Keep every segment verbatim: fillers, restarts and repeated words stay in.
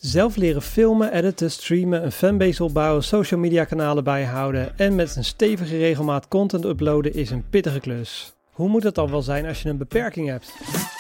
Zelf leren filmen, editen, streamen, een fanbase opbouwen, social media kanalen bijhouden en met een stevige regelmaat content uploaden is een pittige klus. Hoe moet het dan wel zijn als je een beperking hebt?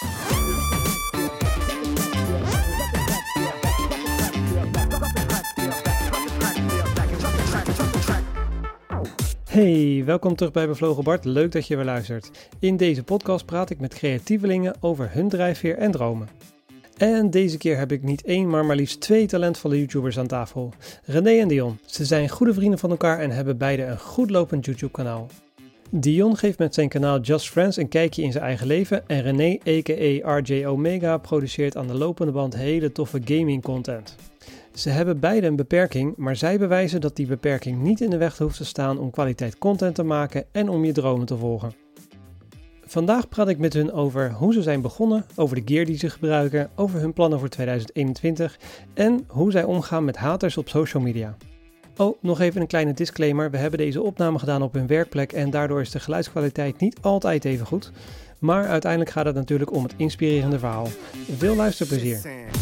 Hey, welkom terug bij Bevlogen Bart. Leuk dat je weer luistert. In deze podcast praat ik met creatievelingen over hun drijfveer en dromen. En deze keer heb ik niet één, maar maar liefst twee talentvolle YouTubers aan tafel. René en Dion. Ze zijn goede vrienden van elkaar en hebben beide een goed lopend YouTube-kanaal. Dion geeft met zijn kanaal Just Friends een kijkje in zijn eigen leven en René, a k a. R J Omega, produceert aan de lopende band hele toffe gaming content. Ze hebben beide een beperking, maar zij bewijzen dat die beperking niet in de weg hoeft te staan om kwaliteit content te maken en om je dromen te volgen. Vandaag praat ik met hun over hoe ze zijn begonnen, over de gear die ze gebruiken, over hun plannen voor tweeduizend eenentwintig en hoe zij omgaan met haters op social media. Oh, nog even een kleine disclaimer. We hebben deze opname gedaan op hun werkplek en daardoor is de geluidskwaliteit niet altijd even goed. Maar uiteindelijk gaat het natuurlijk om het inspirerende verhaal. Veel luisterplezier.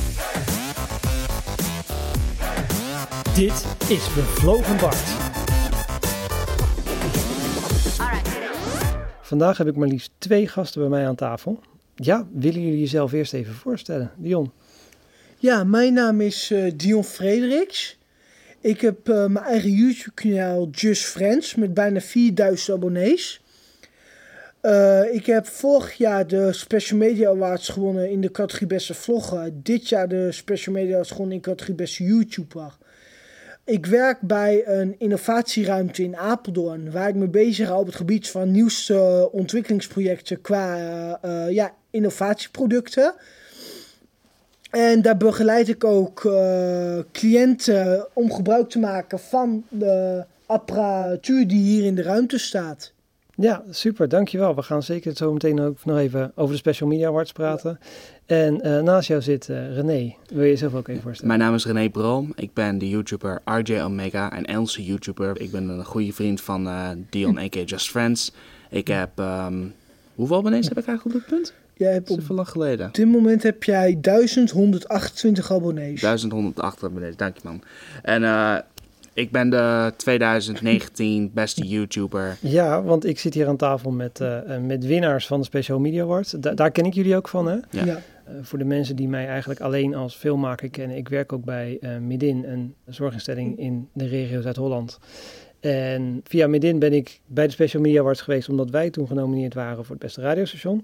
Dit is Bevlogen Bart. Vandaag heb ik maar liefst twee gasten bij mij aan tafel. Ja, willen jullie jezelf eerst even voorstellen? Dion. Ja, mijn naam is uh, Dion Frederiks. Ik heb uh, mijn eigen YouTube-kanaal Just Friends met bijna vierduizend abonnees. Uh, ik heb vorig jaar de Special Media Awards gewonnen in de categorie Beste Vlogger. Dit jaar de Special Media Awards gewonnen in de categorie Beste YouTuber. Ik werk bij een innovatieruimte in Apeldoorn, waar ik me bezig hou op het gebied van nieuwste ontwikkelingsprojecten qua uh, uh, ja, innovatieproducten. En daar begeleid ik ook uh, cliënten om gebruik te maken van de apparatuur die hier in de ruimte staat. Ja, super, dankjewel. We gaan zeker zo meteen ook nog even over de Special Media Awards praten. Ja. En uh, naast jou zit uh, René. Wil je jezelf ook even voorstellen? Mijn naam is René Broom. Ik ben de YouTuber R J Omega, een Engelse YouTuber. Ik ben een goede vriend van uh, Dion, a k a. Just Friends. Ik heb... Um, hoeveel abonnees heb ik eigenlijk op dit punt? Jij hebt dat is even lang geleden. Op dit moment heb jij duizend honderdachttwintig abonnees. duizend honderdachttwintig abonnees, dank je man. En uh, ik ben de twintig negentien beste YouTuber. Ja, want ik zit hier aan tafel met, uh, met winnaars van de Special Media Awards. Da- daar ken ik jullie ook van, hè? Ja. ja. Uh, voor de mensen die mij eigenlijk alleen als filmmaker kennen. Ik werk ook bij uh, Midin, een zorginstelling in de regio Zuid-Holland. En via Midin ben ik bij de Special Media Awards geweest, omdat wij toen genomineerd waren voor het beste radiostation.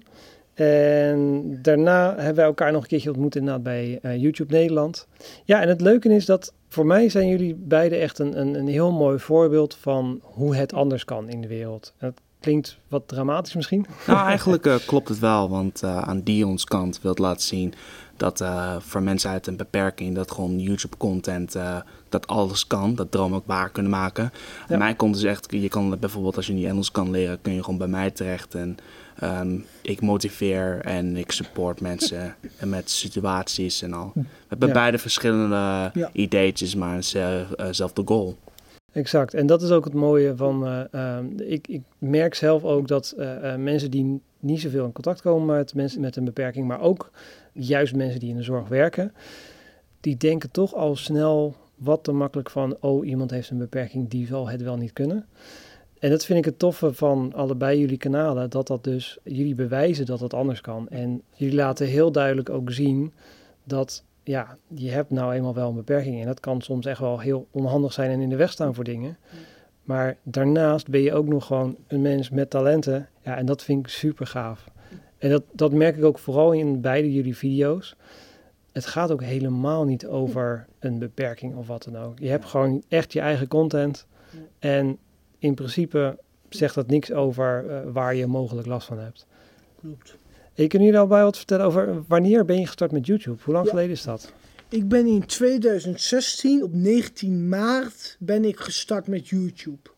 En daarna hebben wij elkaar nog een keertje ontmoet inderdaad bij uh, YouTube Nederland. Ja, en het leuke is dat voor mij zijn jullie beiden echt een, een, een heel mooi voorbeeld van hoe het anders kan in de wereld. En dat klinkt wat dramatisch misschien. Nou, eigenlijk uh, klopt het wel, want uh, aan Dion's kant wil het laten zien dat uh, voor mensen uit een beperking dat gewoon YouTube-content, uh, dat alles kan, dat droom ook waar kunnen maken. Ja. Aan mijn kant is echt, je kan bijvoorbeeld als je niet Engels kan leren, kun je gewoon bij mij terecht en um, ik motiveer en ik support mensen met situaties en al. We hebben ja. beide verschillende ja. ideetjes, maar hetzelfde uh, goal. Exact, en dat is ook het mooie van, uh, uh, ik, ik merk zelf ook dat uh, uh, mensen die niet zoveel in contact komen met mensen met een beperking, maar ook juist mensen die in de zorg werken, die denken toch al snel wat te makkelijk van, oh, iemand heeft een beperking, die zal het wel niet kunnen. En dat vind ik het toffe van allebei jullie kanalen, dat dat dus, jullie bewijzen dat het anders kan. En jullie laten heel duidelijk ook zien dat, ja, je hebt nou eenmaal wel een beperking en dat kan soms echt wel heel onhandig zijn en in de weg staan voor dingen. Maar daarnaast ben je ook nog gewoon een mens met talenten. Ja, en dat vind ik super gaaf. En dat, dat merk ik ook vooral in beide jullie video's. Het gaat ook helemaal niet over een beperking of wat dan ook. Je hebt gewoon echt je eigen content. En in principe zegt dat niks over uh, waar je mogelijk last van hebt. Klopt. Hey, kunnen jullie al bij wat vertellen over wanneer ben je gestart met YouTube? Hoe lang ja. geleden is dat? Ik ben in twintig zestien, op negentien maart, ben ik gestart met YouTube.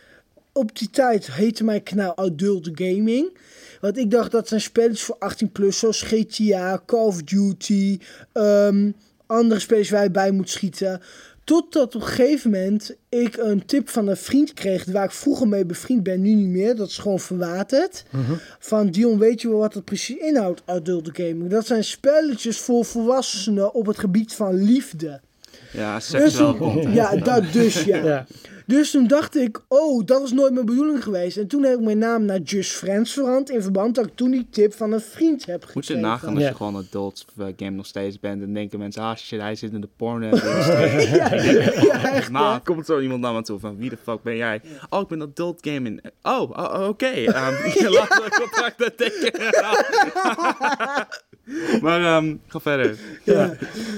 Op die tijd heette mijn kanaal Adult Gaming. Want ik dacht dat zijn spelletjes voor achttien plus, zoals G T A, Call of Duty, um, andere spelletjes waar je bij moet schieten. Totdat op een gegeven moment ik een tip van een vriend kreeg, waar ik vroeger mee bevriend ben, nu niet meer. Dat is gewoon verwaterd. Mm-hmm. Van Dion, weet je wel wat het precies inhoudt, adult gaming? Dat zijn spelletjes voor volwassenen op het gebied van liefde. Ja, seksueel Dus- content. Ja, dat dus, ja. Ja. Dus toen dacht ik, oh, dat was nooit mijn bedoeling geweest. En toen heb ik mijn naam naar Just Friends veranderd, in verband dat ik toen die tip van een vriend heb gekregen. Moet je nagaan als Ja. je gewoon een adult game nog steeds bent en denken mensen, ah shit, hij zit in de porno. ja, ja, echt, Maar hè? komt zo iemand naar me toe van, wie de fuck ben jij? Oh, ik ben adult gaming. Oh, oh, oh, oké. Okay. Um, laten we contract tekenen. Maar um, ga verder. Ja.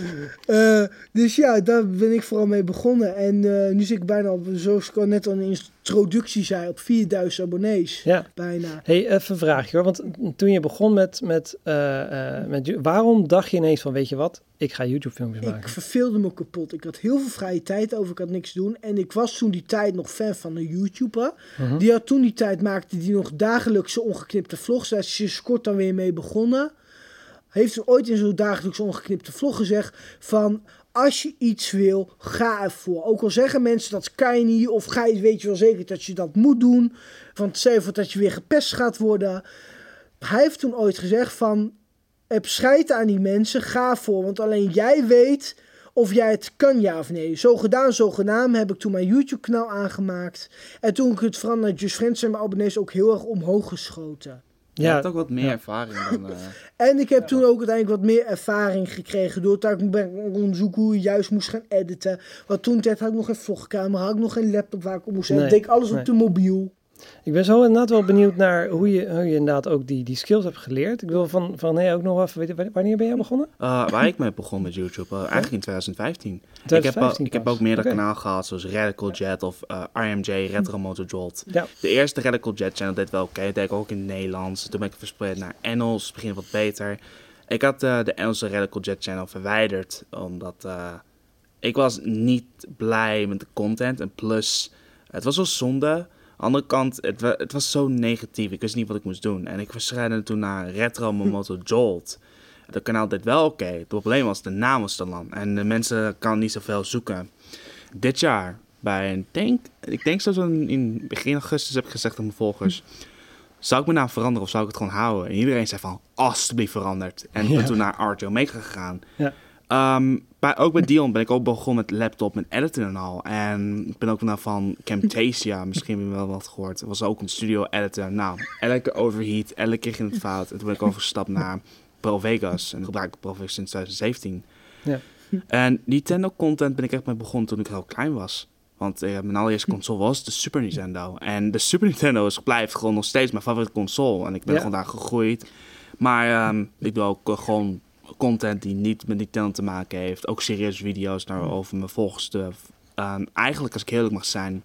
Uh, dus ja, daar ben ik vooral mee begonnen. En uh, nu zit ik bijna op, zoals ik al net al in de introductie zei, op vierduizend abonnees. Ja. Bijna. Hey, even een vraagje hoor. Want toen je begon met, met, uh, uh, met... Waarom dacht je ineens van, weet je wat? Ik ga YouTube-filmpjes maken. Ik verveelde me kapot. Ik had heel veel vrije tijd over. Ik had niks te doen. En ik was toen die tijd nog fan van een YouTuber. Uh-huh. Die had toen die tijd, maakte die nog dagelijkse ongeknipte vlogs. Daar is ze kort dan weer mee begonnen. Heeft ze ooit in zo'n dagelijks ongeknipte vlog gezegd van, als je iets wil, ga ervoor. Ook al zeggen mensen dat kan je niet, of ga je, weet je wel zeker dat je dat moet doen. Van stel voor dat je weer gepest gaat worden. Hij heeft toen ooit gezegd van, heb scheid aan die mensen, ga ervoor. Want alleen jij weet of jij het kan, ja of nee. Zo gedaan, zo gedaan, heb ik toen mijn YouTube-kanaal aangemaakt. En toen ik het veranderde naar Just Friends zijn mijn abonnees ook heel erg omhoog geschoten. Je Ja, hebt ook wat meer ja. ervaring dan... Uh... En ik heb ja. toen ook uiteindelijk wat meer ervaring gekregen. Doordat ik ben onderzoeken hoe je juist moest gaan editen. Want toen tijd had ik nog geen vlogcamera, had ik nog geen laptop waar ik op moest zetten. Nee, Ik deed alles nee. op de mobiel. Ik ben zo inderdaad wel benieuwd naar hoe je, hoe je inderdaad ook die, die skills hebt geleerd. Ik wil van, van hey, ook nog even weten, wanneer ben jij begonnen? Uh, waar ik mee begon met YouTube, uh, eigenlijk in twintig vijftien. twintig vijftien ik heb, uh, ik heb ook meerdere okay. kanalen gehad, zoals Radical Jet of uh, R M J, Retro Motor Jolt. Ja. De eerste Radical Jet channel deed wel oké, okay, dat deed ik ook in het Nederlands. Toen ben ik verspreid naar Engels, begin wat beter. Ik had uh, de Engelse Radical Jet channel verwijderd, omdat uh, ik was niet blij met de content. En plus, het was wel zonde. Aan de andere kant, het, wa- het was zo negatief. Ik wist niet wat ik moest doen. En ik verschijde toen naar Retro Motor Jolt. Dat kanaal deed wel oké. Okay. Het probleem was, de naam was te lang. En de mensen kan niet zoveel zoeken. Dit jaar, bij een denk, ik denk zo in, in begin augustus heb ik gezegd aan mijn volgers, zou ik mijn naam veranderen of zou ik het gewoon houden? En iedereen zei van, alsjeblieft veranderd. En ik ben Ja. toen naar R T Omega gegaan. Ja. Um, bij, ook bij Dion ben ik ook begonnen met laptop, met editen en al. En ik ben ook nou van Camtasia, misschien heb je wel wat gehoord. Het was ook een studio editor. Nou, elke keer overheat, elke keer ging het fout. En toen ben ik overgestapt naar Pro Vegas. En ik gebruik Pro Vegas sinds twintig zeventien. Ja. En Nintendo content ben ik echt mee begonnen toen ik heel klein was. Want uh, mijn allereerste console was de Super Nintendo. En de Super Nintendo is, blijft gewoon nog steeds mijn favoriete console. En ik ben Ja. gewoon daar gegroeid. Maar um, ik doe ook uh, gewoon content die niet met Nintendo te maken heeft. Ook serieuze video's naar over mijn volgers. Te, um, eigenlijk, als ik eerlijk mag zijn,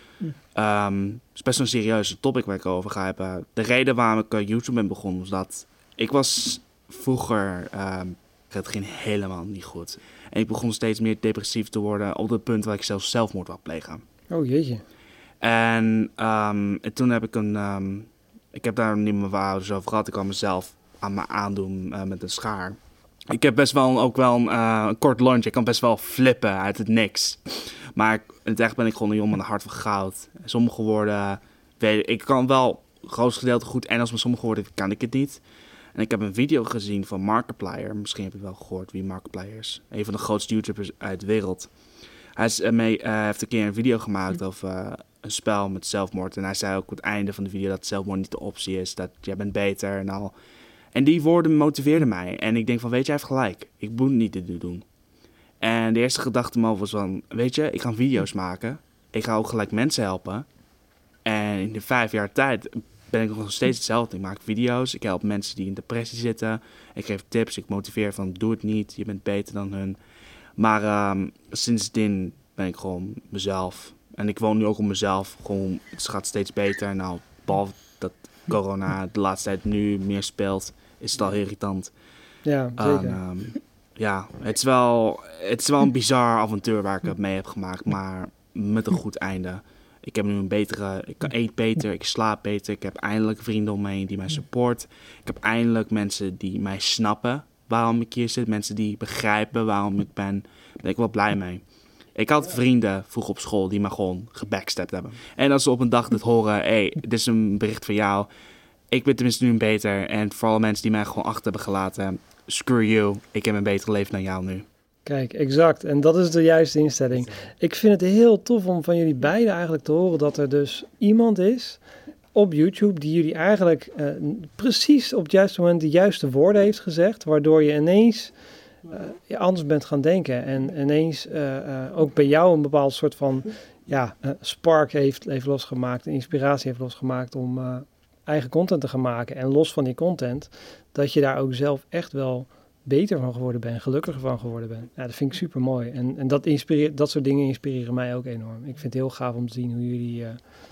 um, het is best een serieuze topic waar ik over ga hebben. De reden waarom ik uh, YouTube ben begonnen was dat ik was vroeger, um, het ging helemaal niet goed. En ik begon steeds meer depressief te worden op het punt waar ik zelfs zelfmoord wou plegen. Oh jeetje. En, um, en toen heb ik een, um, ik heb daar niet met mijn ouders over gehad. Ik kan mezelf aan me aandoen uh, met een schaar. Ik heb best wel ook wel een, uh, een kort lunch. Ik kan best wel flippen uit het niks. Maar ik, in het echt ben ik gewoon een jongen met een hart van goud. Sommige woorden, weet ik, ik kan wel het grootste gedeelte goed Engels, maar sommige woorden kan ik het niet. En ik heb een video gezien van Markiplier. Misschien heb je wel gehoord wie Markiplier is. Een van de grootste YouTubers uit de wereld. Hij is, uh, mee, uh, heeft een keer een video gemaakt over uh, een spel met zelfmoord. En hij zei ook op het einde van de video dat zelfmoord niet de optie is. Dat jij bent beter en al. En die woorden motiveerden mij. En ik denk van, weet je, hij heeft gelijk. Ik moet niet dit doen. En de eerste gedachte me was van, weet je, ik ga video's maken. Ik ga ook gelijk mensen helpen. En in de vijf jaar tijd ben ik nog steeds hetzelfde. Ik maak video's, ik help mensen die in depressie zitten. Ik geef tips, ik motiveer van, doe het niet, je bent beter dan hun. Maar um, sindsdien ben ik gewoon mezelf. En ik woon nu ook op mezelf. Gewoon, het gaat steeds beter. Nou, behalve dat corona de laatste tijd nu meer speelt, is het al irritant. Ja, zeker. Um, um, ja, het is, wel, het is wel een bizar avontuur waar ik het mee heb gemaakt, maar met een goed einde. Ik heb nu een betere, ik eet beter, ik slaap beter. Ik heb eindelijk vrienden om me heen die mij support. Ik heb eindelijk mensen die mij snappen waarom ik hier zit. Mensen die begrijpen waarom ik ben. Daar ben ik wel blij mee. Ik had vrienden vroeger op school die me gewoon gebackstabbed hebben. En als ze op een dag dit horen, hé, hey, dit is een bericht van jou. Ik ben tenminste nu een beter. En voor alle mensen die mij gewoon achter hebben gelaten, screw you. Ik heb een beter leven dan jou nu. Kijk, exact. En dat is de juiste instelling. Ik vind het heel tof om van jullie beiden eigenlijk te horen dat er dus iemand is op YouTube die jullie eigenlijk uh, precies op het juiste moment de juiste woorden heeft gezegd, waardoor je ineens uh, je anders bent gaan denken en ineens uh, uh, ook bij jou een bepaald soort van ja, uh, spark heeft, heeft losgemaakt, een inspiratie heeft losgemaakt om uh, eigen content te gaan maken. En los van die content, dat je daar ook zelf echt wel beter van geworden bent, gelukkiger van geworden bent. Ja, dat vind ik super mooi. En, en dat, inspireert, dat soort dingen inspireren mij ook enorm. Ik vind het heel gaaf om te zien hoe jullie uh,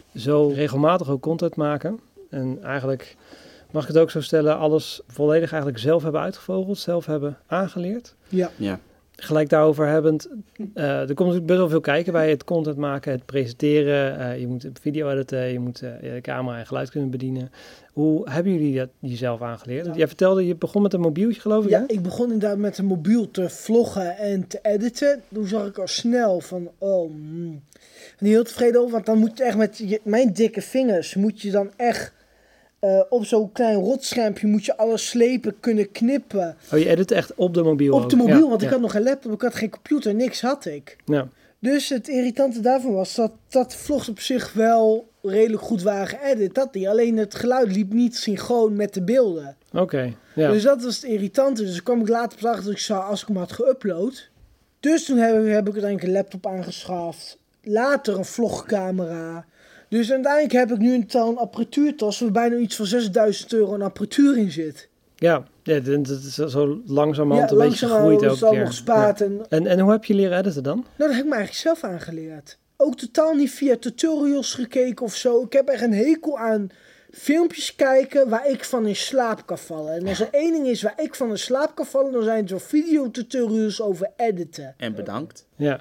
zo regelmatig ook content maken. En eigenlijk, mag ik het ook zo stellen, alles volledig eigenlijk zelf hebben uitgevogeld, zelf hebben aangeleerd. Ja. Ja. Gelijk daarover hebbend, uh, er komt natuurlijk best wel veel kijken bij het content maken, het presenteren. Uh, je moet video editen, je moet uh, de camera en geluid kunnen bedienen. Hoe hebben jullie dat jezelf aangeleerd? Ja. Jij vertelde, je begon met een mobieltje geloof ik? Ja, hè? ik begon inderdaad met een mobiel te vloggen en te editen. Toen zag ik al snel van, oh, mm, niet heel tevreden over. Want dan moet je echt met je, mijn dikke vingers, moet je dan echt uh, op zo'n klein rotschermpje moet je alles slepen, kunnen knippen. Oh, je edit echt op de mobiel? Op de ook. mobiel, Ja, want ja. ik had nog geen laptop, ik had geen computer, niks had ik. Ja. Dus het irritante daarvan was dat, dat vlogs op zich wel redelijk goed waren geëdit. Dat niet. Alleen het geluid liep niet synchroon met de beelden. Oké, okay, ja. Dus dat was het irritante. Dus kwam ik later pas achter dat ik zag als ik hem had geüpload. Dus toen heb, heb ik uiteindelijk een laptop aangeschaft. Later een vlogcamera. Dus uiteindelijk heb ik nu een, een apparatuurtas waar bijna iets van zesduizend euro een apparatuur in zit. Ja, ja, dat is zo langzamerhand Ja, een beetje gegroeid elke is het allemaal keer. gespaard. Ja. En, En, en hoe heb je leren editen dan? nou, dat heb ik me eigenlijk zelf aangeleerd. Ook totaal niet via tutorials gekeken of zo. Ik heb echt een hekel aan filmpjes kijken waar ik van in slaap kan vallen. En als er één ding is waar ik van in slaap kan vallen, dan zijn het zo videotutorials over editen. En bedankt. Ja.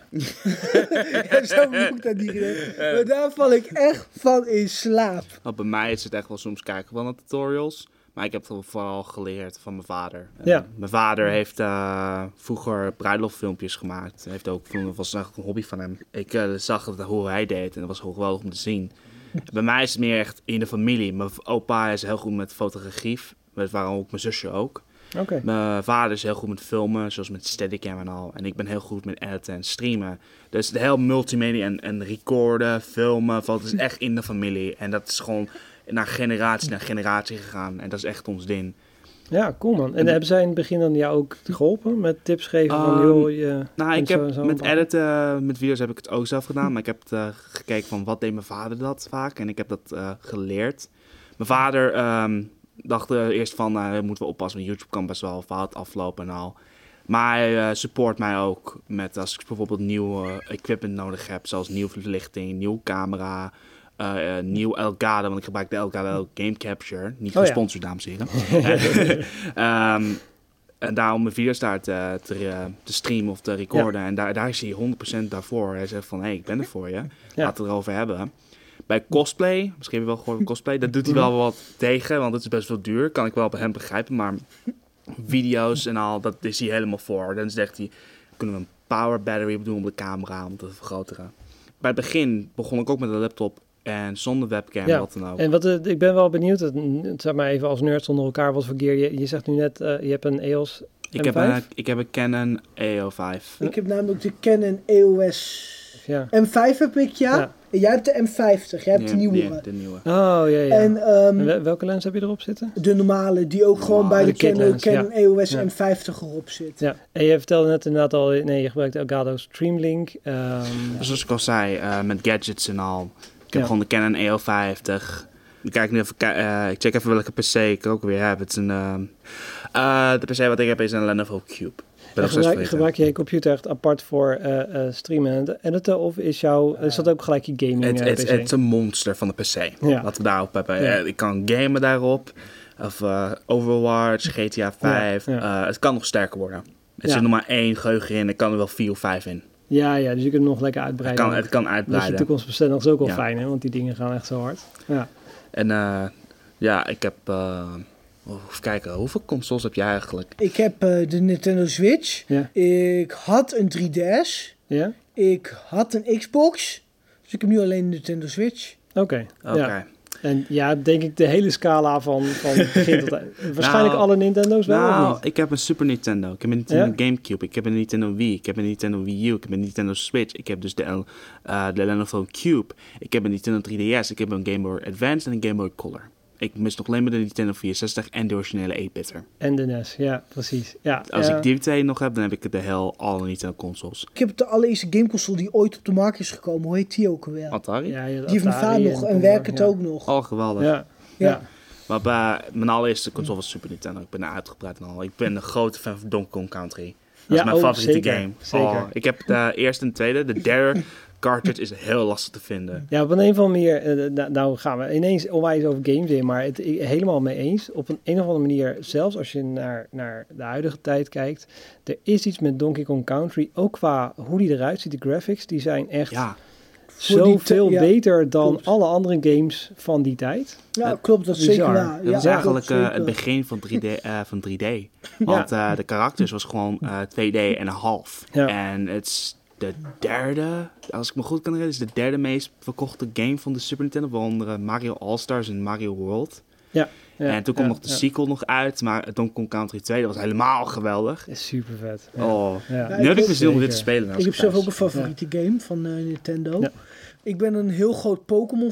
Ja, zo moet ik dat niet gedaan. Maar daar val ik echt van in slaap. Nou, bij mij is het echt wel soms kijken van de tutorials. Maar ik heb het vooral geleerd van mijn vader. Ja. Uh, mijn vader heeft uh, vroeger bruiloftfilmpjes gemaakt. Hij heeft ook, dat was echt een hobby van hem. Ik uh, zag het, hoe hij deed en dat was gewoon geweldig om te zien. Bij mij is het meer echt in de familie. Mijn opa is heel goed met fotografie. Dat waren ook mijn zusje ook. Okay. Mijn vader is heel goed met filmen, zoals met Steadicam en al. En ik ben heel goed met editen en streamen. Dus de hele multimedia en, en recorden, filmen, dat is echt in de familie. En dat is gewoon naar generatie naar generatie gegaan. En dat is echt ons ding. Ja, cool man. En, en hebben zij in het begin dan jou ook geholpen met tips geven um, van joh, je... Nou, ik zo, heb zo met editen, met video's heb ik het ook zelf gedaan. Maar ik heb uh, gekeken van wat deed mijn vader dat vaak. En ik heb dat uh, geleerd. Mijn vader um, dacht uh, eerst van, uh, moeten we oppassen, want YouTube kan best wel fout aflopen en al. Maar hij uh, support mij ook met als ik bijvoorbeeld nieuw uh, equipment nodig heb. Zoals nieuwe verlichting, nieuwe camera... Uh, uh, nieuw Elgato, want ik gebruik de Elgato Game Capture. Niet oh, gesponsord, ja. Dames en heren. um, en daarom mijn video's daar te, te, uh, te streamen of te recorden. Ja. En daar, daar is hij honderd procent daarvoor. Hij zegt van, hé, hey, ik ben er voor je. Ja. Laten we het erover hebben. Bij cosplay, misschien heb je wel gehoord cosplay, dat doet hij wel wat tegen, want het is best wel duur. Kan ik wel bij hem begrijpen, maar video's en al, dat is hij helemaal voor. Dan zegt hij, kunnen we een power battery doen op de camera om te vergroten. Bij het begin begon ik ook met een laptop en zonder webcam, ja. wat dan ook. En wat, uh, ik ben wel benieuwd, het, zeg maar even als nerds onder elkaar, wat voor gear je, je zegt nu net, uh, je hebt een E O S ik M vijf? heb, een, ik heb een Canon E O vijf. Ik heb namelijk de Canon E O S ja. M vijf heb ik, ja. ja. En jij hebt de M vijftig, jij hebt ja, de nieuwe. Ja, de nieuwe. Oh, ja, ja. En, um, en welke lens heb je erop zitten? De normale, die ook gewoon oh, bij de, de Canon, Canon ja. E O S ja. M vijftig erop zit. Ja, en je vertelde net inderdaad al, nee, je gebruikt Elgato Streamlink. Um, dus zoals ik al zei, uh, met gadgets en al. Ik heb ja. gewoon de Canon E O vijftig. Ik kijk nu even, uh, ik check even welke P C ik ook weer heb. Het is een, uh, uh, de P C wat ik heb is een Lenovo Cube. Gebruik, gebruik je je computer echt apart voor uh, uh, streamen en editen? Of is, jouw, is dat ook gelijk je gaming het, uh, het, P C? Het is een monster van de P C. Ja. Laten we daarop hebben. Ja. Ik kan gamen daarop. Of uh, Overwatch, G T A vijf. Ja. Ja. Uh, het kan nog sterker worden. Er ja. zit nog maar één geheugen in. Er kan er wel vier of vijf in. Ja, ja, dus je kunt het nog lekker uitbreiden. Het kan, het kan uitbreiden. Dat is je toekomstbestendig is ook wel ja. fijn, hè? Want die dingen gaan echt zo hard. Ja. En uh, ja, ik heb... Uh, even kijken, hoeveel consoles heb jij eigenlijk? Ik heb uh, de Nintendo Switch. Ja. Ik had een drie D S. Ja. Ik had een Xbox, dus ik heb nu alleen een Nintendo Switch. Oké, okay. Oké. Okay. Ja. En ja, denk ik de hele scala van, van begin tot eind. Waarschijnlijk nou, alle Nintendo's wel, nou, of niet? Ik heb een Super Nintendo, ik heb een Nintendo ja? Gamecube, ik heb een Nintendo Wii, ik heb een Nintendo Wii U, ik heb een Nintendo Switch, ik heb dus de, uh, de Lenovo Cube, ik heb een Nintendo drie D S, ik heb een Game Boy Advance en een Game Boy Color. Ik mis nog alleen maar de Nintendo vierenzestig en de originele acht-bitter. En de N E S, ja, precies. Ja, Als uh, ik die twee nog heb, dan heb ik de hel alle Nintendo consoles. Ik heb de allereerste gameconsole die ooit op de markt is gekomen. Hoe heet die ook alweer? Atari? Ja, die heeft mijn vader nog en werkt het ja. ook nog. Oh, geweldig. Ja, ja. ja. Maar bij mijn allereerste console was Super Nintendo. Ik ben er uitgebreid en al. Ik ben een grote fan van Donkey Kong Country. Dat ja, is mijn oh, favoriete zeker, game. Zeker. Oh, ik heb de eerste en tweede. De derde cartridge is heel lastig te vinden. Ja, op een, een of andere manier, uh, nou gaan we ineens onwijs over games in, maar het ik, helemaal mee eens. Op een, een of andere manier, zelfs als je naar, naar de huidige tijd kijkt, er is iets met Donkey Kong Country, ook qua hoe die eruit ziet, de graphics, die zijn echt ja. zoveel ja, beter dan klopt. alle andere games van die tijd. Ja, klopt, dat is zeker waar. Dat ja, is eigenlijk uh, het begin van drie D. Uh, van drie D. Want uh, de karakters was gewoon uh, twee D en een half. Ja. En het is de derde, als ik me goed kan herinneren, is de derde meest verkochte game van de Super Nintendo. Waaronder Mario All-Stars en Mario World. Ja. Ja, en toen kwam ja, nog de ja. sequel nog uit, maar Donkey Kong Country twee, dat was helemaal geweldig. Super vet. Ja. Oh, ja. Ja, nu heb ik mijn zin om dit te spelen. Ik heb zelf ook een favoriete ja. game van uh, Nintendo. Ja. Ik ben een heel groot Pokémon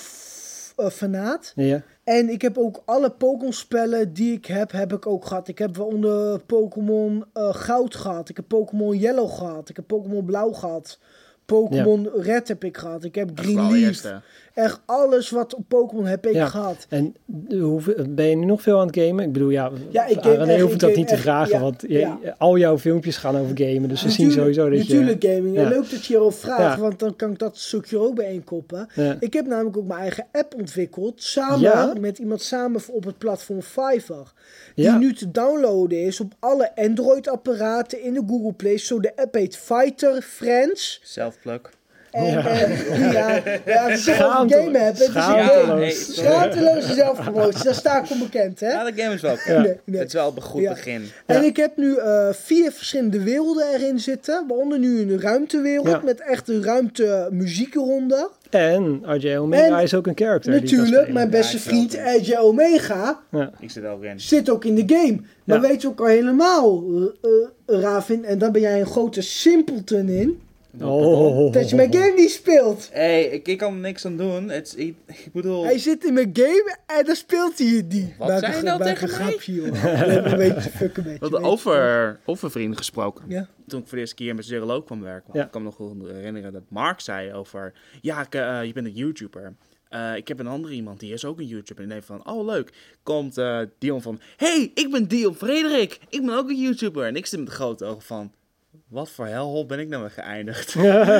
uh, fanaat. Ja. En ik heb ook alle Pokémon-spellen die ik heb, heb ik ook gehad. Ik heb waaronder Pokémon uh, Goud gehad. Ik heb Pokémon Yellow gehad. Ik heb Pokémon Blauw gehad. Pokémon ja. Red heb ik gehad. Ik heb Green Leaf. Echt alles wat op Pokémon heb ik ja. gehad. En hoe, ben je nu nog veel aan het gamen? Ik bedoel, ja, ja ik René hoeft dat niet te echt, vragen, ja, want je, ja. al jouw filmpjes gaan over gamen. Dus we zien sowieso dat natuurlijk je... Natuurlijk gaming. Ja. Leuk dat je hierover vraagt, ja. want dan kan ik dat stukje ook bijeenkoppen. Ja. Ik heb namelijk ook mijn eigen app ontwikkeld, samen ja. met iemand samen op het platform Fiverr. Die ja. nu te downloaden is op alle Android-apparaten in de Google Play Store. De app heet Fighter Friends. Self-plug. En, ja. En, ja, ja, als je toch een game hebt, het is een game. Schaamteloze zelfpromotie, daar sta ik onbekend, hè? Ja, de game is wel ja. nee, nee. Het is wel een goed ja. begin. En ja. ik heb nu uh, vier verschillende werelden erin zitten, waaronder nu een ruimtewereld ja. met echt een ruimte muziek eronder. En R J Omega en is ook een character. Natuurlijk, mijn beste ja, vriend R J Omega ja. ik zit, ook in. zit ook in de game. Maar ja. weet je ook al helemaal, uh, uh, Ravin, en dan ben jij een grote simpleton in. Oh. Dat je mijn game niet speelt. Hé, hey, ik, ik kan er niks aan doen. Het is, ik, ik bedoel... Hij zit in mijn game en dan speelt hij het niet. Wat zei je nou tegen mij? Grapje, joh. Een beetje fuck een beetje. We over, over vrienden gesproken. Ja. Toen ik voor de eerste keer met Zero Low kwam werken. Ja. Ik kan me nog wel herinneren dat Mark zei over... Ja, ik, uh, je bent een YouTuber. Uh, ik heb een andere iemand, die is ook een YouTuber. En die denkt van, oh leuk. Komt uh, Dion van... Hey, ik ben Dion Frederik. Ik ben ook een YouTuber. En ik zit met de grote ogen van... Wat voor hellhole ben ik nou weer geëindigd?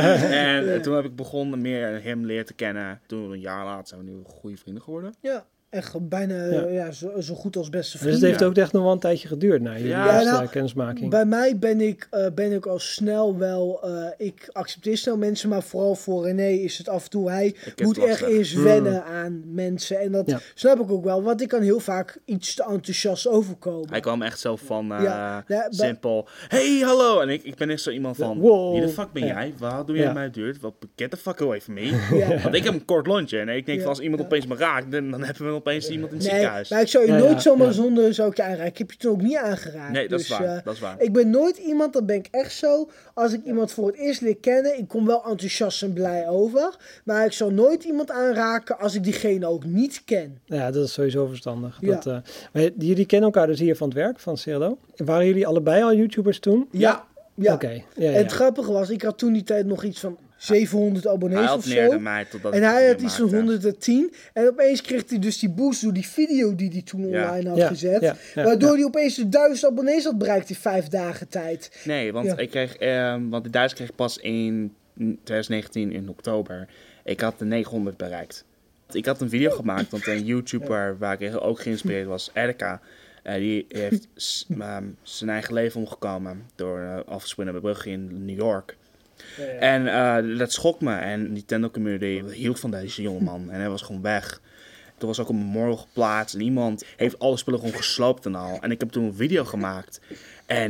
en ja. toen heb ik begonnen meer hem leren te kennen. Toen een jaar later zijn we nu goede vrienden geworden. Ja, echt bijna ja. Ja, zo, zo goed als beste vrienden. Dus het heeft ook echt nog wel een tijdje geduurd na jullie ja. eerste ja, nou, kennismaking. Bij mij ben ik, uh, ben ik al snel wel... Uh, ik accepteer snel mensen, maar vooral voor René is het af en toe... Hij ik moet echt eens wennen mm. aan mensen. En dat ja. snap ik ook wel, want ik kan heel vaak iets te enthousiast overkomen. Hij kwam echt zo van uh, ja. Ja, simpel... Hey, hallo! En ik, ik ben echt zo iemand van... Wow. Wie de fuck ben ja. jij? Wat doe je ja. aan mij duurt? Wat get the fuck away from me. Ja. Want ik heb een kort lontje. En ik denk ja. van als iemand ja. opeens me raakt, dan, dan hebben we opeens iemand in het nee, ziekenhuis. Maar ik zou je ja, nooit ja, zomaar ja. zonder zou ik je aanraken. Ik heb je toen ook niet aangeraakt. Nee, dat, dus, is waar, uh, dat is waar. Ik ben nooit iemand, dat ben ik echt zo. Als ik iemand voor het eerst leer kennen, ik kom wel enthousiast en blij over. Maar ik zou nooit iemand aanraken als ik diegene ook niet ken. Ja, dat is sowieso verstandig. Ja. Dat, uh, maar jullie kennen elkaar dus hier van het werk, van Cirilo. Waren jullie allebei al YouTubers toen? Ja. Ja. Okay. Ja, ja, en het grappige was, ik had toen die tijd nog iets van zevenhonderd abonnees of zo. Mij en hij had iets van honderdtien. En opeens kreeg hij dus die boost door die video die hij toen ja. online had ja. gezet. Ja. Ja. Waardoor ja. hij opeens de duizend abonnees had bereikt in vijf dagen tijd. Nee, want ja. ik kreeg, eh, want de duizend kreeg ik pas in twintig negentien in oktober. Ik had de negenhonderd bereikt. Ik had een video gemaakt, want een YouTuber ja. waar ik ook geïnspireerd was, Erika. Uh, die heeft s- um, zijn eigen leven omgekomen door uh, afgespringen bij brug in New York. Ja, ja. En uh, dat schokt me. En Nintendo community hield van deze jongeman. En hij was gewoon weg. Er was ook een memorial geplaatst. En iemand heeft alle spullen gewoon gesloopt en al. En ik heb toen een video gemaakt. En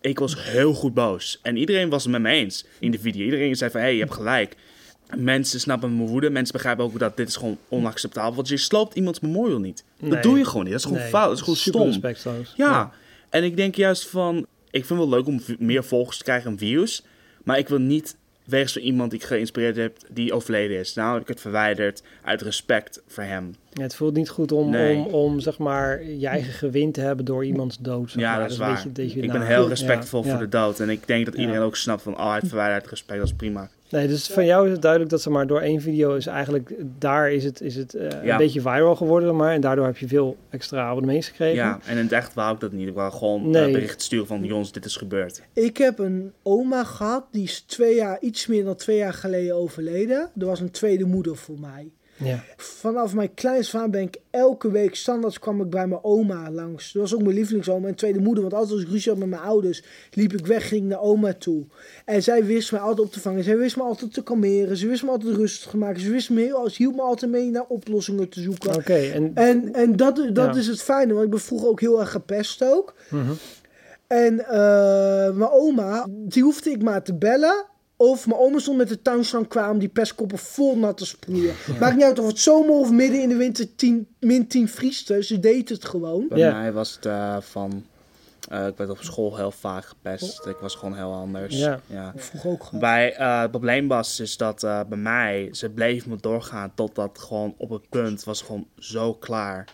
ik was heel goed boos. En iedereen was het met me eens in de video. Iedereen zei van, hé, hey, je hebt gelijk. Mensen snappen mijn woede. Mensen begrijpen ook dat dit is gewoon onacceptabel. Want je sloopt iemands memorial niet. Nee. Dat doe je gewoon niet. Dat is gewoon nee. fout. Dat is gewoon Super stom. respectloos. Ja. ja. En ik denk juist van... Ik vind het wel leuk om v- meer volgers te krijgen en views. Maar ik wil niet wegens zo iemand die ik geïnspireerd heb... die overleden is. Nou heb ik het verwijderd uit respect voor hem. Ja, het voelt niet goed om, Nee. om, om zeg maar, je eigen gewin te hebben door iemands dood. Zeg Ja, maar. dat is een waar. beetje deze Ik ben na- heel respectvol ja, voor ja. de dood. En ik denk dat iedereen Ja. ook snapt van... Oh, hij heeft verwijderd uit respect. Dat is prima. Nee, dus van jou is het duidelijk dat ze maar door één video is eigenlijk... Daar is het, is het uh, Ja. een beetje viral geworden, zeg maar. En daardoor heb je veel extra abonnees gekregen. Ja, en in het echt wou ik dat niet. Ik wou gewoon Nee. uh, bericht sturen van... Jongens, dit is gebeurd. Ik heb een oma gehad, die is twee jaar, iets meer dan twee jaar geleden overleden. Er was een tweede moeder voor mij. Ja. Vanaf mijn kleinste van ben ik elke week standaard kwam ik bij mijn oma langs. Dat was ook mijn lievelingsoma en tweede moeder. Want altijd als ik ruzie had met mijn ouders, liep ik weg, ging naar oma toe. En zij wist mij altijd op te vangen. Zij wist me altijd te kalmeren. Ze wist me altijd rustig te maken. Ze wist me heel, ze hielp me altijd mee naar oplossingen te zoeken. Oké, okay, en... En, en dat, dat Ja. is het fijne, want ik ben vroeger ook heel erg gepest ook. Mm-hmm. En uh, mijn oma, die hoefde ik maar te bellen. Of mijn oma stond met de tuinslang klaar om die pestkoppen vol nat te sproeien. Ja. Maakt niet uit of het zomer of midden in de winter tien, min tien vrieste. Ze deed het gewoon. Bij Ja. mij was het uh, van... Uh, ik werd op school heel vaak gepest. Ik was gewoon heel anders. Ja. Ja. Vroeger ook gehad. Bij, uh, het probleem was is dat uh, bij mij... Ze bleef me doorgaan totdat gewoon op het punt was gewoon zo klaar.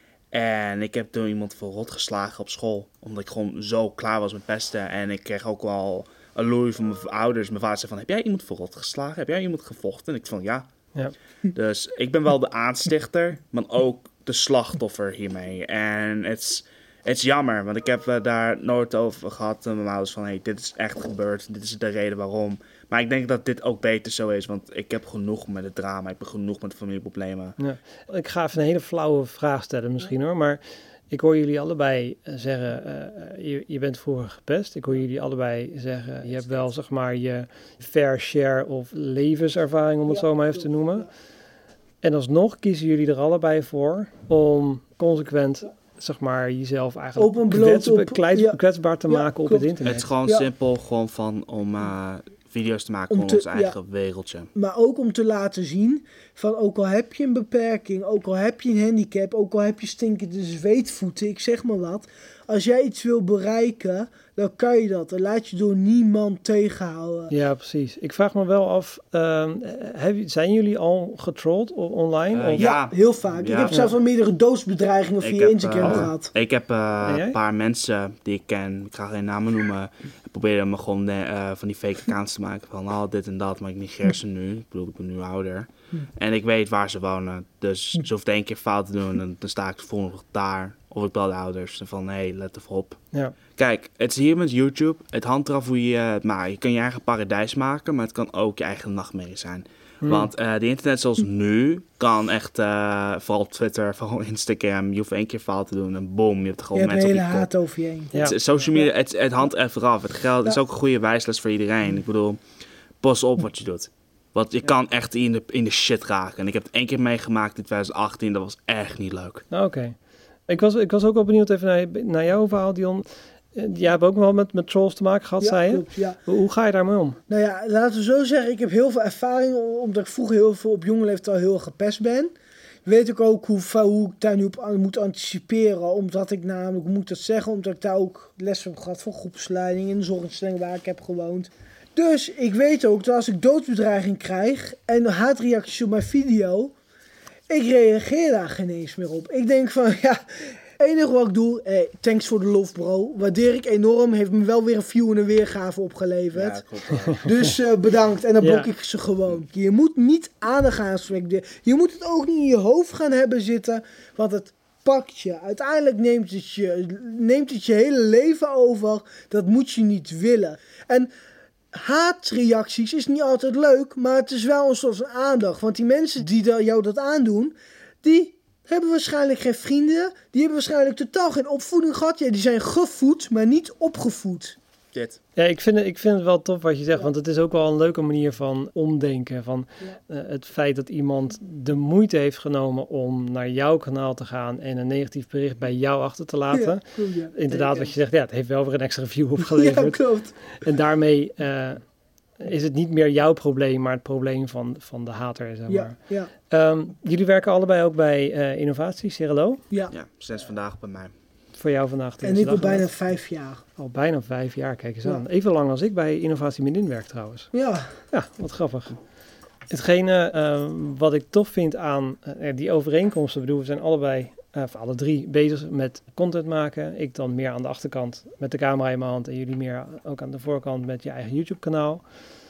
En ik heb toen iemand voor rot geslagen op school. Omdat ik gewoon zo klaar was met pesten. En ik kreeg ook wel... een loei van mijn ouders. Mijn vader zei van, heb jij iemand verrot geslagen? Heb jij iemand gevochten? En ik van, ja. Ja. Dus ik ben wel de aanstichter, maar ook de slachtoffer hiermee. En het is, het is jammer, want ik heb uh, daar nooit over gehad met mijn ouders van, hey, dit is echt gebeurd. Dit is de reden waarom. Maar ik denk dat dit ook beter zo is, want ik heb genoeg met het drama. Ik heb genoeg met familieproblemen. Ja. Ik ga even een hele flauwe vraag stellen misschien hoor, maar... Ik hoor jullie allebei zeggen, uh, je, je bent vroeger gepest. Ik hoor jullie allebei zeggen, je hebt wel zeg maar je fair share of levenservaring, om het ja, zo maar even te noemen. En alsnog kiezen jullie er allebei voor om consequent zeg maar jezelf eigenlijk Open, kwets, op, kwets, ja, kwetsbaar te ja, maken op klopt. het internet. Het is gewoon ja. simpel gewoon van om uh, video's te maken om van te, ons eigen ja. wereldje. Maar ook om te laten zien van ook al heb je een beperking, ook al heb je een handicap, ook al heb je stinkende zweetvoeten, ik zeg maar wat. Als jij iets wil bereiken, dan kan je dat. Dan laat je door niemand tegenhouden. Ja, precies. Ik vraag me wel af, uh, heb, zijn jullie al getrolled online? Uh, of? ja. Ja, heel vaak. Ja. Ik heb zelfs al meerdere doodsbedreigingen via heb, Instagram uh, gehad. Ik heb uh, een paar mensen die ik ken, ik ga geen namen noemen, probeerde me gewoon uh, van die fake accounts te maken van oh, dit en dat, maar ik negeer ze nu. Ik bedoel, ik ben nu ouder. En ik weet waar ze wonen, dus ze hoeft één keer fout te doen en dan sta ik volgende nog daar. Of ik bel de ouders van, hé, hey, let even op. Ja. Kijk, het is hier met YouTube. Het hangt eraf hoe je het maakt. Je kan je eigen paradijs maken, maar het kan ook je eigen nachtmerrie zijn. Hmm. Want uh, de internet zoals nu kan echt, uh, vooral Twitter, vooral Instagram, je hoeft één keer fout te doen en boom, je hebt gewoon je mensen hebt op je hele kop. haat over je heen. Ja. Het, social media, het, het hangt even af. Het geld ja. is ook een goede wijsles voor iedereen. Ik bedoel, pas op wat je doet. Want je ja. kan echt in de, in de shit raken. En ik heb het één keer meegemaakt in twintig achttien, dat was echt niet leuk. Oké. Okay. Ik was, ik was ook wel benieuwd even naar, naar jouw verhaal, Dion. Jij hebt ook wel met, met trolls te maken gehad, ja, zei je? Klopt, ja. Hoe, hoe ga je daarmee om? Nou ja, laten we zo zeggen, ik heb heel veel ervaring, omdat ik vroeger heel veel op jonge leeftijd al heel erg gepest ben. Weet ik ook hoe, hoe ik daar nu op moet anticiperen, omdat ik namelijk, hoe moet ik dat zeggen, omdat ik daar ook les heb gehad voor groepsleiding in de zorginstelling waar ik heb gewoond. Dus ik weet ook dat als ik doodsbedreiging krijg en haatreacties op mijn video, ik reageer daar geen eens meer op. Ik denk van, ja, het enige wat ik doe, hey, thanks voor de love bro. Waardeer ik enorm, heeft me wel weer een view en een weergave opgeleverd. Ja, klopt, ja. Dus uh, bedankt. En dan blok ja. ik ze gewoon. Je moet niet aan de gaan spreken. Je moet het ook niet in je hoofd gaan hebben zitten, want het pakt je. Uiteindelijk neemt het je, neemt het je hele leven over. Dat moet je niet willen. En haatreacties is niet altijd leuk, maar het is wel een soort van aandacht. Want die mensen die jou dat aandoen, die hebben waarschijnlijk geen vrienden. Die hebben waarschijnlijk totaal geen opvoeding gehad. Ja, die zijn gevoed, maar niet opgevoed. dit. Ja, ik vind, het, ik vind het wel tof wat je zegt, ja. Want het is ook wel een leuke manier van omdenken. Van ja. uh, het feit dat iemand de moeite heeft genomen om naar jouw kanaal te gaan en een negatief bericht bij jou achter te laten. Ja, klopt, ja. Inderdaad, nee, wat je zegt, ja, het heeft wel weer een extra view opgeleverd. Ja, klopt. En daarmee uh, is het niet meer jouw probleem, maar het probleem van, van de hater, zeg maar. Ja, ja. Um, jullie werken allebei ook bij uh, Innovatie, Cirelo? Ja. Ja, sinds vandaag bij mij. Voor jou vandaag. En ik al bijna vijf jaar. Al bijna vijf jaar, kijk eens ja. aan. Even lang als ik bij Innovatie Midin werk trouwens. Ja. Ja, wat grappig. Hetgene uh, wat ik tof vind aan uh, die overeenkomsten, bedoel, we zijn allebei, uh, of alle drie, bezig met content maken. Ik dan meer aan de achterkant met de camera in mijn hand en jullie meer ook aan de voorkant met je eigen YouTube kanaal.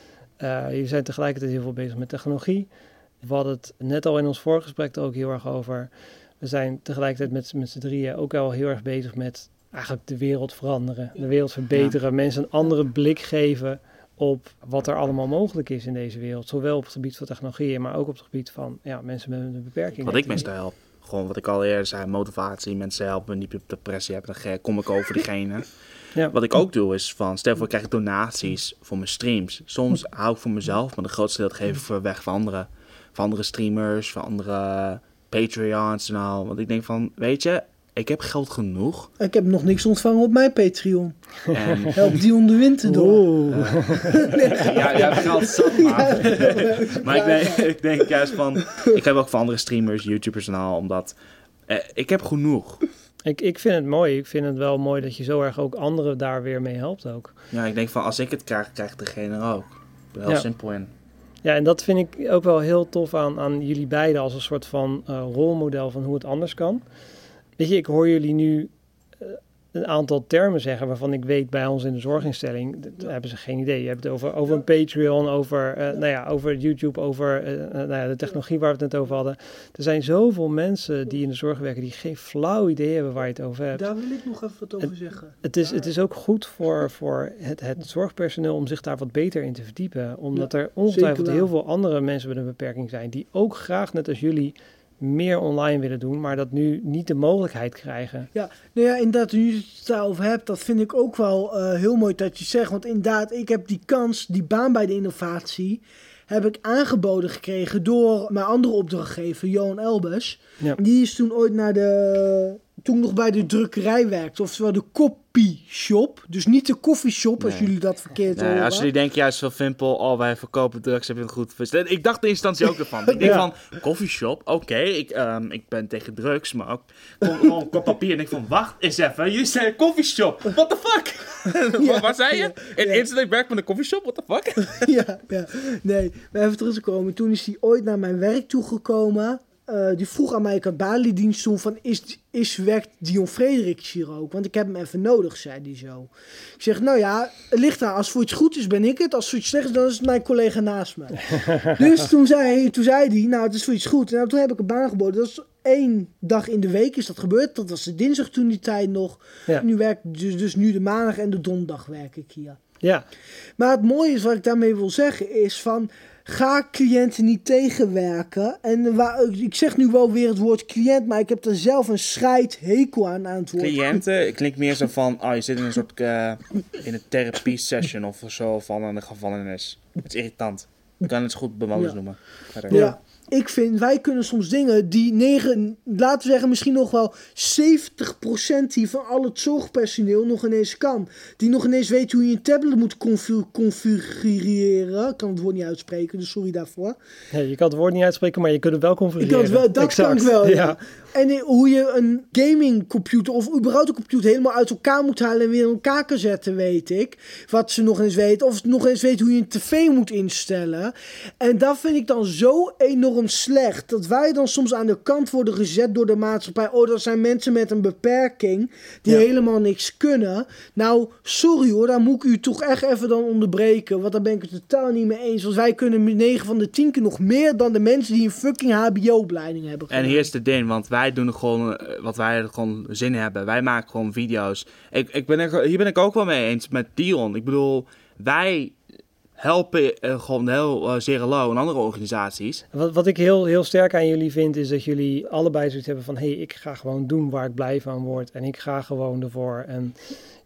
Uh, jullie zijn tegelijkertijd heel veel bezig met technologie. We hadden het net al in ons voorgesprek er ook heel erg over. We zijn tegelijkertijd met, met z'n drieën ook al heel erg bezig met eigenlijk de wereld veranderen. De wereld verbeteren. Ja. Mensen een andere blik geven op wat er allemaal mogelijk is in deze wereld. Zowel op het gebied van technologie, maar ook op het gebied van ja, mensen met een beperking. Wat ik meestal help. Gewoon wat ik al eerder zei, motivatie. Mensen helpen, niet op depressie hebben. Dan kom ik over diegene. Ja. Wat ik ook doe is van, stel voor ik krijg donaties voor mijn streams. Soms hou ik voor mezelf, maar de grootste deel geef ik voor weg van anderen. Van andere streamers, van andere Patreons en al. Want ik denk van, weet je, ik heb geld genoeg. Ik heb nog niks ontvangen op mijn Patreon. En help Dion de Winter door. Uh, nee. Ja, jij hebt geld zat, maar. Ja, maar ik denk, ik denk juist van, ik heb ook van andere streamers, YouTubers en al, omdat uh, ik heb genoeg. Ik, ik vind het mooi. Ik vind het wel mooi dat je zo erg ook anderen daar weer mee helpt ook. Ja, ik denk van, als ik het krijg, krijgt degene ook. Ik ben heel ja. simpel in. Ja, en dat vind ik ook wel heel tof aan, aan jullie beiden als een soort van uh, rolmodel van hoe het anders kan. Weet je, ik hoor jullie nu uh, een aantal termen zeggen waarvan ik weet bij ons in de zorginstelling, d- daar hebben ze geen idee. Je hebt het over, over een Patreon, over, uh, nou ja, over YouTube, over uh, nou ja, de technologie waar we het net over hadden. Er zijn zoveel mensen die in de zorg werken die geen flauw idee hebben waar je het over hebt. Daar wil ik nog even wat over het, zeggen. Het is, het is ook goed voor, voor het, het zorgpersoneel om zich daar wat beter in te verdiepen. Omdat ja, er ongetwijfeld heel veel andere mensen met een beperking zijn die ook graag, net als jullie, meer online willen doen, maar dat nu niet de mogelijkheid krijgen. Ja, nou ja, inderdaad, nu je het daarover hebt, dat vind ik ook wel uh, heel mooi dat je zegt, want inderdaad, ik heb die kans, die baan bij de innovatie, heb ik aangeboden gekregen door mijn andere opdrachtgever, Johan Elbers. Ja. Die is toen ooit naar de, toen nog bij de drukkerij werkte, oftewel de copyshop, dus niet de coffeeshop, nee. Als jullie dat verkeerd nee, horen. Als jullie denken juist van Vimpel, oh wij verkopen drugs, heb je het goed verstaan. Ik dacht in instantie ook ervan. Ik denk ja. van, coffeeshop, oké, okay, ik, um, ik ben tegen drugs, maar ook gewoon een kop papier. En ik van, wacht eens even, jullie zijn een coffeeshop, what the fuck? Ja, wat zei je? Ja, in ja. Instant ik werk met een coffeeshop, what the fuck? ja, ja, nee, maar even terug te komen. Toen is hij ooit naar mijn werk toegekomen. Uh, die vroeg aan mij, ik had Bali-dienst toen, van is, is werkt Dion Frederiks hier ook? Want ik heb hem even nodig, zei hij zo. Ik zeg, nou ja, het ligt aan, als voor iets goed is ben ik het, als voor iets slecht is dan is het mijn collega naast me. Dus toen zei, toen zei hij, nou het is voor iets goed. Nou, toen heb ik een baan geboden, dat is één dag in de week is dat gebeurd. Dat was de dinsdag toen die tijd nog. Ja. Nu werk ik dus, dus nu de maandag en de donderdag werk ik hier. Ja. Maar het mooie is, wat ik daarmee wil zeggen, is van, ga cliënten niet tegenwerken. En waar, ik zeg nu wel weer het woord cliënt, maar ik heb er zelf een scheidhekel aan aan het woord. Cliënten klinkt meer zo van, oh je zit in een soort, uh, in een therapie session of zo van een gevangenis. Het is irritant. Ik kan het goed bewoners ja. noemen. Verder. Ja. Ik vind, wij kunnen soms dingen die negen, laten we zeggen misschien nog wel zeventig procent die van al het zorgpersoneel nog ineens kan. Die nog ineens weet hoe je een tablet moet configureren. Ik kan het woord niet uitspreken, dus sorry daarvoor. Ja, je kan het woord niet uitspreken, maar je kunt het wel configureren. Ik kan het wel, dat exact. Kan ik wel, ja. ja. En hoe je een gamingcomputer of überhaupt een computer helemaal uit elkaar moet halen en weer in elkaar kan zetten, weet ik. Wat ze nog eens weten. Of nog eens weten hoe je een tv moet instellen. En dat vind ik dan zo enorm slecht. Dat wij dan soms aan de kant worden gezet door de maatschappij. Oh, dat zijn mensen met een beperking die ja. helemaal niks kunnen. Nou, sorry hoor, daar moet ik u toch echt even dan onderbreken. Want daar ben ik het totaal niet mee eens. Want wij kunnen negen van de tien keer nog meer dan de mensen die een fucking H B O-opleiding hebben gedaan. En hier is de ding, want wij doen gewoon wat wij er gewoon zin in hebben. Wij maken gewoon video's. Ik, ik ben er, hier ben ik ook wel mee eens met Dion. Ik bedoel, wij helpen uh, gewoon heel uh, Cirelo en andere organisaties. Wat, wat ik heel, heel sterk aan jullie vind, is dat jullie allebei zoiets hebben van, hé, hey, ik ga gewoon doen waar ik blij van word. En ik ga gewoon ervoor. En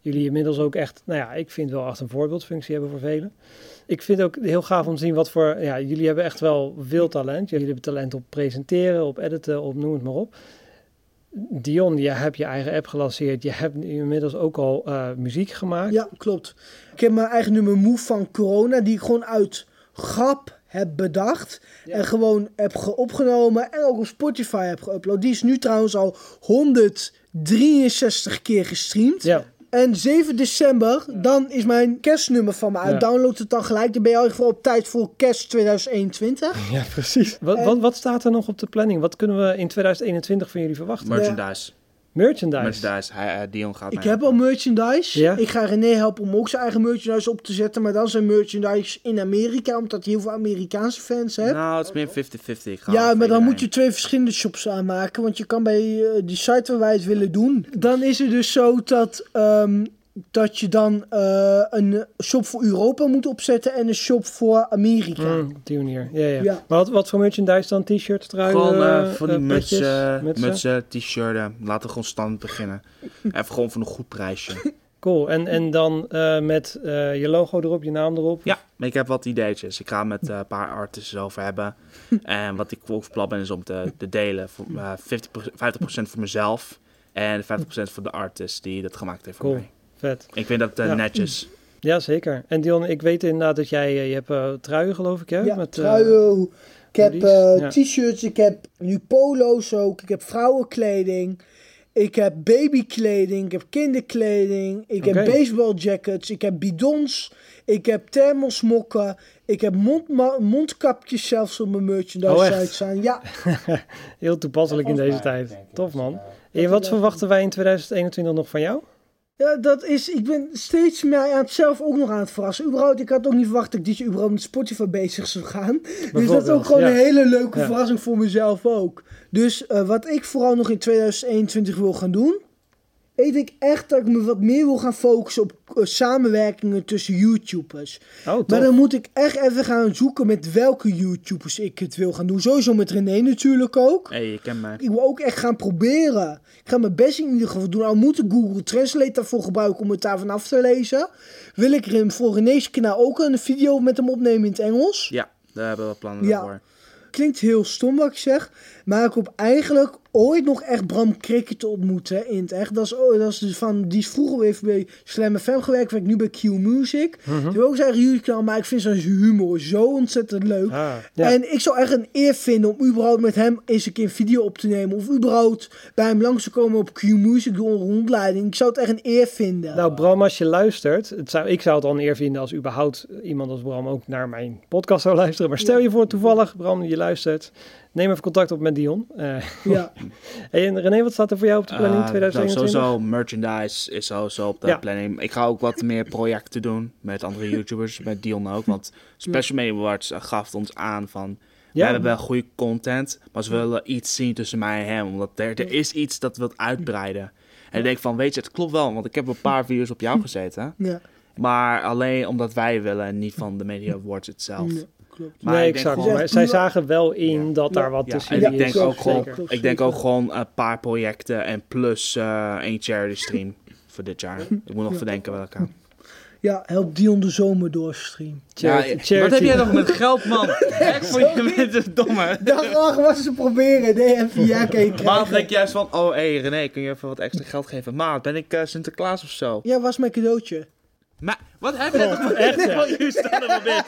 jullie inmiddels ook echt, nou ja, ik vind wel echt een voorbeeldfunctie hebben voor velen. Ik vind het ook heel gaaf om te zien wat voor, ja, jullie hebben echt wel veel talent. Jullie hebben talent op presenteren, op editen, op noem het maar op. Dion, je hebt je eigen app gelanceerd. Je hebt inmiddels ook al uh, muziek gemaakt. Ja, klopt. Ik heb mijn eigen nummer Move van Corona, die ik gewoon uit grap heb bedacht. Ja. En gewoon heb ge- opgenomen en ook op Spotify heb geüpload. Die is nu trouwens al honderddrieënzestig keer gestreamd. Ja. En zeven december, ja. dan is mijn kerstnummer van me uit. Ja. Download het dan gelijk. Dan ben je al geval op tijd voor kerst tweeduizend eenentwintig. Ja, precies. Wat, en... wat, wat staat er nog op de planning? Wat kunnen we in tweeduizend eenentwintig van jullie verwachten? Merchandise. Ja. Merchandise? Merchandise. Hij, uh, Dion gaat Ik heb al merchandise. Ja? Ik ga René helpen om ook zijn eigen merchandise op te zetten. Maar dan zijn merchandise in Amerika. Omdat hij heel veel Amerikaanse fans heeft. Nou, het is meer vijftig vijftig. Ja, maar dan iedereen. moet je twee verschillende shops aanmaken. Want je kan bij uh, die site waar wij het willen doen. Dan is het dus zo dat... Um, dat je dan uh, een shop voor Europa moet opzetten en een shop voor Amerika. Mm, op die manier, ja, ja. ja. Maar wat, wat voor merchandise dan? T-shirts, truien? Gewoon uh, van die uh, mutsen, mutsen, t-shirten. Laten we gewoon stand beginnen. Even gewoon voor een goed prijsje. Cool, en, en dan uh, met uh, je logo erop, je naam erop? Ja, ik heb wat ideetjes. Ik ga met uh, een paar artists over hebben. En wat ik ook van plan ben is om te, te delen. Voor, uh, vijftig procent voor mezelf en vijftig procent voor de artist die dat gemaakt heeft voor cool. mij. Vet. Ik vind dat uh, ja. netjes. Ja, zeker. En Dion, ik weet inderdaad dat jij, uh, je hebt uh, truien geloof ik, hè? Ja, met, truien. Uh, ik heb uh, ja. t-shirts, ik heb nu polo's ook, ik heb vrouwenkleding, ik heb babykleding, ik heb kinderkleding, ik okay. heb baseballjackets, ik heb bidons, ik heb thermosmokken, ik heb mond, mondkapjes zelfs op mijn merchandise oh, site staan. Ja. Heel toepasselijk in deze tijd. Tof man. En wat verwachten wij in tweeduizend eenentwintig nog van jou? Ja, dat is... Ik ben steeds meer aan het zelf ook nog aan het verrassen. Überhaupt, ik had ook niet verwacht dat ik dit jaar überhaupt met Spotify bezig zou gaan. Dus dat is ook gewoon ja. een hele leuke ja. verrassing voor mezelf ook. Dus uh, wat ik vooral nog in tweeduizend eenentwintig wil gaan doen... Ik denk echt dat ik me wat meer wil gaan focussen op uh, samenwerkingen tussen YouTubers. Oh, maar dan moet ik echt even gaan zoeken met welke YouTubers ik het wil gaan doen. Sowieso met René natuurlijk ook. Hey, je kent mij. Ik wil ook echt gaan proberen. Ik ga mijn best in ieder geval doen. Al moet ik Google Translate daarvoor gebruiken om het daar vanaf te lezen. Wil ik er voor René's kanaal ook een video met hem opnemen in het Engels. Ja, daar hebben we plannen ja. voor. Klinkt heel stom wat ik zeg, maar ik hoop eigenlijk ooit nog echt Bram Krikke te ontmoeten in het echt. Dat is, oh, dat is dus van, die is vroeger even bij Slam F M gewerkt, werkt nu bij Q Music. Mm-hmm. Die heeft ook zijn eigen YouTube-kanaal, maar ik vind zijn humor zo ontzettend leuk. Ah, ja. En ik zou echt een eer vinden om überhaupt met hem eens een keer een video op te nemen. Of überhaupt bij hem langs te komen op Q Music door een rondleiding. Ik zou het echt een eer vinden. Nou Bram, als je luistert, het zou, ik zou het al een eer vinden als überhaupt iemand als Bram ook naar mijn podcast zou luisteren. Maar stel je voor toevallig, Bram, je luistert... Neem even contact op met Dion. Uh, ja. Hey, en René, wat staat er voor jou op de planning uh, tweeduizend eenentwintig? Nou, sowieso merchandise is sowieso op de ja. planning. Ik ga ook wat meer projecten doen met andere YouTubers, met Dion ook. Want Special Media Awards uh, gaf ons aan van... Ja. We hebben wel goede content, maar ze willen iets zien tussen mij en hem. Omdat er, er is iets dat wil uitbreiden. En ja. ik denk van, weet je, het klopt wel. Want ik heb een paar video's op jou gezeten. Ja. Maar alleen omdat wij willen en niet van de Media Awards zelf. Ja. Klopt. Maar nee, ik exact. Gewoon, maar zij zagen wel in ja. dat daar wat ja. tussen ja, is. Ik denk, ook gewoon, ik denk ook gewoon een paar projecten en plus uh, één charity stream voor dit jaar. Ik moet nog ja. verdenken welke. Ja, help Dion de zomer doorstream. Ja, wat heb jij nog met geld, man? Echt voor je mensen domme. Dag, ach, wat ze proberen. Nee, en via kan je krijgen. Maat denk juist van, oh hé hey, René, kun je even wat extra geld geven? Maat, ben ik uh, Sinterklaas of zo? Ja, was mijn cadeautje. Maar, wat heb je dat toch echt? Je staat er dit.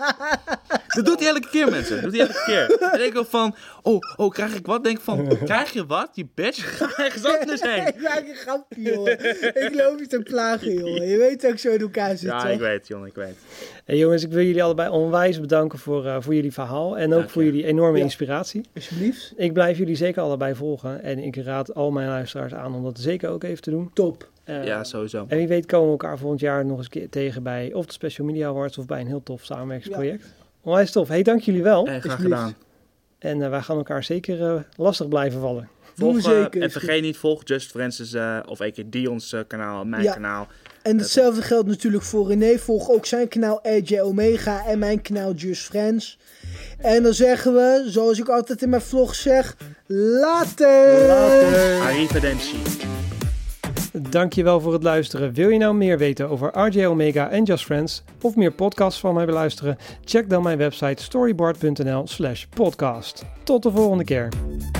Dat doet hij elke keer, mensen. Dat doet hij elke keer. Dan denk ik van, oh, oh, krijg ik wat? Denk ik van, krijg je wat? Je bitch, ga ergens anders heen. Ik maak een grapje, jongen. Ik loop je te plagen, jongen. Je weet dat ik zo in elkaar zit, Ja, toch? ik weet, jongen, ik weet. Hey, jongens, ik wil jullie allebei onwijs bedanken voor, uh, voor jullie verhaal. En ook Dank voor je. jullie enorme ja. inspiratie. Alsjeblieft. Ik blijf jullie zeker allebei volgen. En ik raad al mijn luisteraars aan om dat zeker ook even te doen. Top. Uh, ja, sowieso. En wie weet komen we elkaar volgend jaar nog eens keer tegen bij of de Special Media Awards of bij een heel tof samenwerkingsproject. Ja. Onwijs tof. Hey, dank jullie wel. Hey, graag gedaan. En uh, wij gaan elkaar zeker uh, lastig blijven vallen. Volg, uh, zeker. En vergeet niet, volg Just Francis uh, of een keer Dion's uh, kanaal, mijn ja. kanaal. En hetzelfde geldt natuurlijk voor René. Volg ook zijn kanaal A J Omega en mijn kanaal Just Friends. En dan zeggen we, zoals ik altijd in mijn vlog zeg, later! Later! Arrivederci. Dankjewel voor het luisteren. Wil je nou meer weten over R J Omega en Just Friends of meer podcasts van mij beluisteren? Check dan mijn website storyboard punt n l slash podcast. Tot de volgende keer.